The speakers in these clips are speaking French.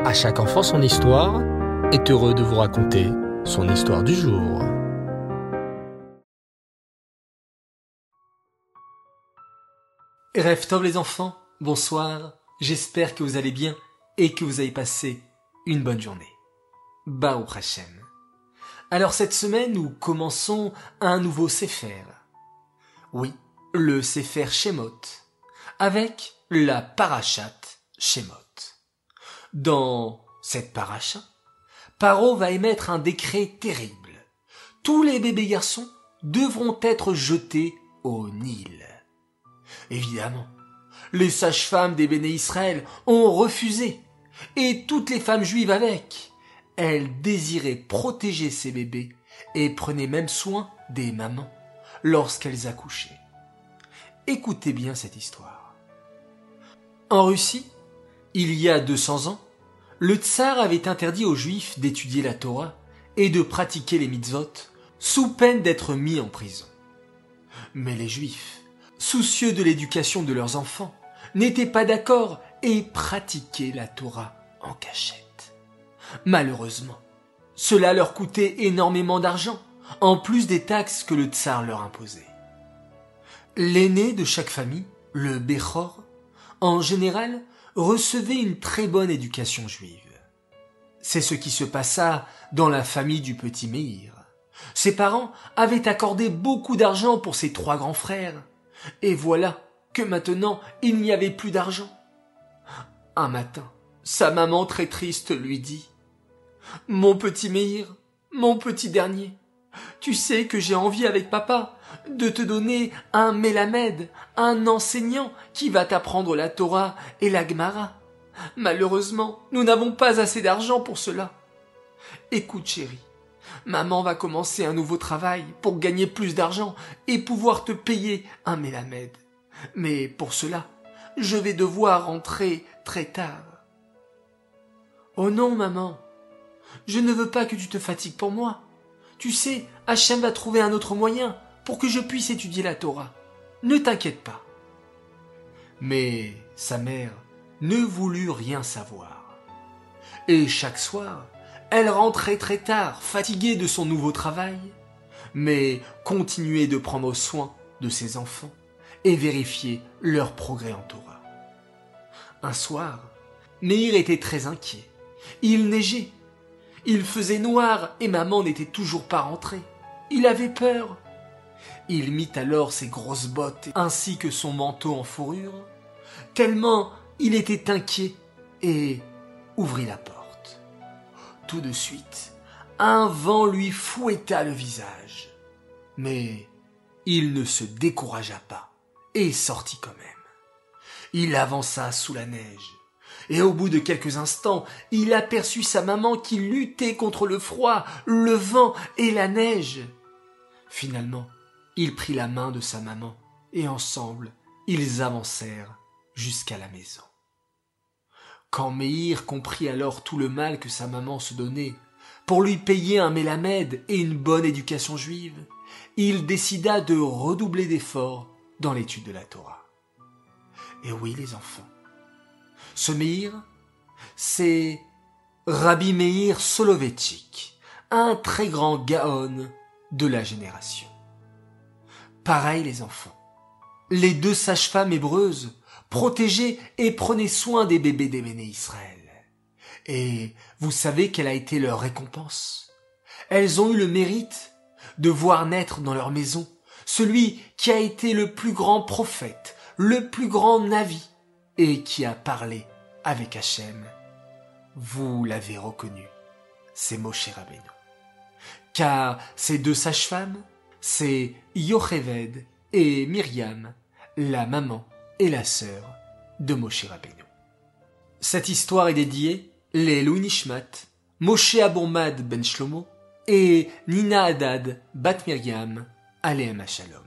À chaque enfant son histoire est heureux de vous raconter son histoire du jour. Erev Tov les enfants, bonsoir, j'espère que vous allez bien et que vous avez passé une bonne journée. Baruch Hashem. Alors cette semaine, nous commençons un nouveau Sefer. Oui, le Sefer Shemot, avec la Parashat Shemot. Dans cette paracha, Paro va émettre un décret terrible. Tous les bébés garçons devront être jetés au Nil. Évidemment, les sages-femmes des Béné Israël ont refusé, et toutes les femmes juives avec. Elles désiraient protéger ces bébés et prenaient même soin des mamans lorsqu'elles accouchaient. Écoutez bien cette histoire. En Russie, il y a 200 ans, le tsar avait interdit aux Juifs d'étudier la Torah et de pratiquer les mitzvot sous peine d'être mis en prison. Mais les Juifs, soucieux de l'éducation de leurs enfants, n'étaient pas d'accord et pratiquaient la Torah en cachette. Malheureusement, cela leur coûtait énormément d'argent, en plus des taxes que le tsar leur imposait. L'aîné de chaque famille, le Bechor, en général, recevait une très bonne éducation juive. C'est ce qui se passa dans la famille du petit Meir. Ses parents avaient accordé beaucoup d'argent pour ses 3 grands frères, et voilà que maintenant il n'y avait plus d'argent. Un matin, sa maman très triste lui dit « Mon petit Meir, mon petit dernier, tu sais que j'ai envie avec papa de te donner un Mélamed, un enseignant qui va t'apprendre la Torah et la Gemara. Malheureusement, nous n'avons pas assez d'argent pour cela. Écoute chérie, maman va commencer un nouveau travail pour gagner plus d'argent et pouvoir te payer un Mélamed. Mais pour cela, je vais devoir rentrer très tard. » « Oh non, maman, je ne veux pas que tu te fatigues pour moi. Tu sais, Hachem va trouver un autre moyen pour que je puisse étudier la Torah. Ne t'inquiète pas. » Mais sa mère ne voulut rien savoir. Et chaque soir, elle rentrait très tard, fatiguée de son nouveau travail, mais continuait de prendre soin de ses enfants et vérifier leur progrès en Torah. Un soir, Meir était très inquiet. Il neigeait. Il faisait noir et maman n'était toujours pas rentrée. Il avait peur. Il mit alors ses grosses bottes ainsi que son manteau en fourrure, tellement il était inquiet, et ouvrit la porte. Tout de suite, un vent lui fouetta le visage. Mais il ne se découragea pas et sortit quand même. Il avança sous la neige. Et au bout de quelques instants, il aperçut sa maman qui luttait contre le froid, le vent et la neige. Finalement, il prit la main de sa maman et ensemble, ils avancèrent jusqu'à la maison. Quand Meir comprit alors tout le mal que sa maman se donnait pour lui payer un Mélamed et une bonne éducation juive, il décida de redoubler d'efforts dans l'étude de la Torah. Et oui, les enfants, ce Meir, c'est Rabbi Meir Soloveitchik, un très grand Gaon de la génération. Pareil les enfants, les 2 sages-femmes hébreuses protégeaient et prenaient soin des bébés des Béné Israël. Et vous savez quelle a été leur récompense? Elles ont eu le mérite de voir naître dans leur maison celui qui a été le plus grand prophète, le plus grand navi, et qui a parlé avec Hachem. Vous l'avez reconnu, c'est Moshe Rabbeinu. Car ces 2 sages-femmes, c'est Yocheved et Myriam, la maman et la sœur de Moshe Rabbeinu. Cette histoire est dédiée les Louis Nishmat, Moshe Abourmad ben Shlomo et Nina Haddad bat Myriam, Alehem Shalom.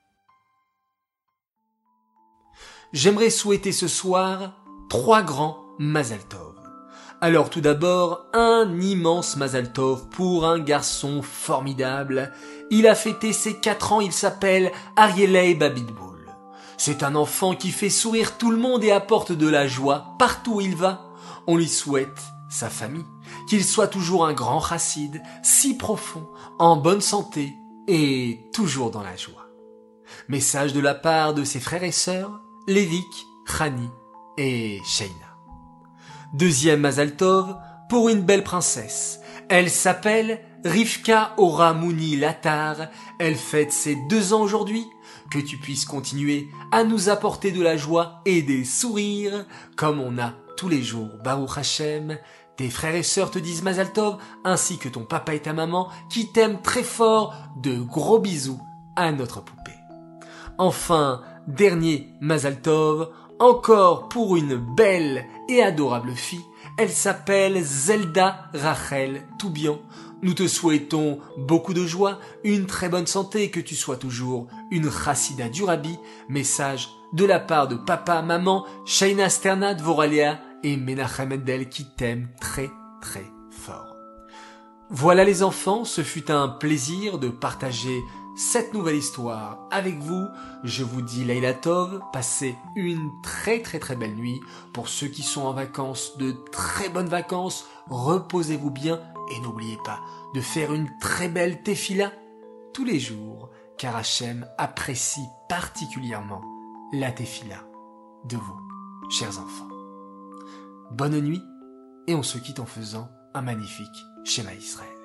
J'aimerais souhaiter ce soir 3 grands Mazal Tov. Alors tout d'abord, un immense Mazal Tov pour un garçon formidable. Il a fêté ses 4 ans, il s'appelle Arielei Babitboul. C'est un enfant qui fait sourire tout le monde et apporte de la joie partout où il va. On lui souhaite sa famille, qu'il soit toujours un grand chassid, si profond, en bonne santé et toujours dans la joie. Message de la part de ses frères et sœurs, Lévik, Chani et Sheina. Deuxième Mazal Tov pour une belle princesse. Elle s'appelle Rivka Ora Mouni Latar. Elle fête ses 2 ans aujourd'hui. Que tu puisses continuer à nous apporter de la joie et des sourires, comme on a tous les jours. Baruch Hashem. Tes frères et sœurs te disent Mazal Tov, ainsi que ton papa et ta maman, qui t'aiment très fort. De gros bisous à notre poupée. Enfin, dernier Mazal Tov, encore pour une belle et adorable fille. Elle s'appelle Zelda Rachel Toubian. Nous te souhaitons beaucoup de joie, une très bonne santé et que tu sois toujours une chassida du Rabbi. Message de la part de papa, maman, Sheina Sternat, Voralea et Menachem Mendel qui t'aiment très très fort. Voilà les enfants, ce fut un plaisir de partager cette nouvelle histoire avec vous. Je vous dis Laila Tov, passez une très très très belle nuit. Pour ceux qui sont en vacances, de très bonnes vacances, reposez-vous bien et n'oubliez pas de faire une très belle tefila tous les jours, car Hachem apprécie particulièrement la tefila de vous, chers enfants. Bonne nuit et on se quitte en faisant un magnifique Shema Israël.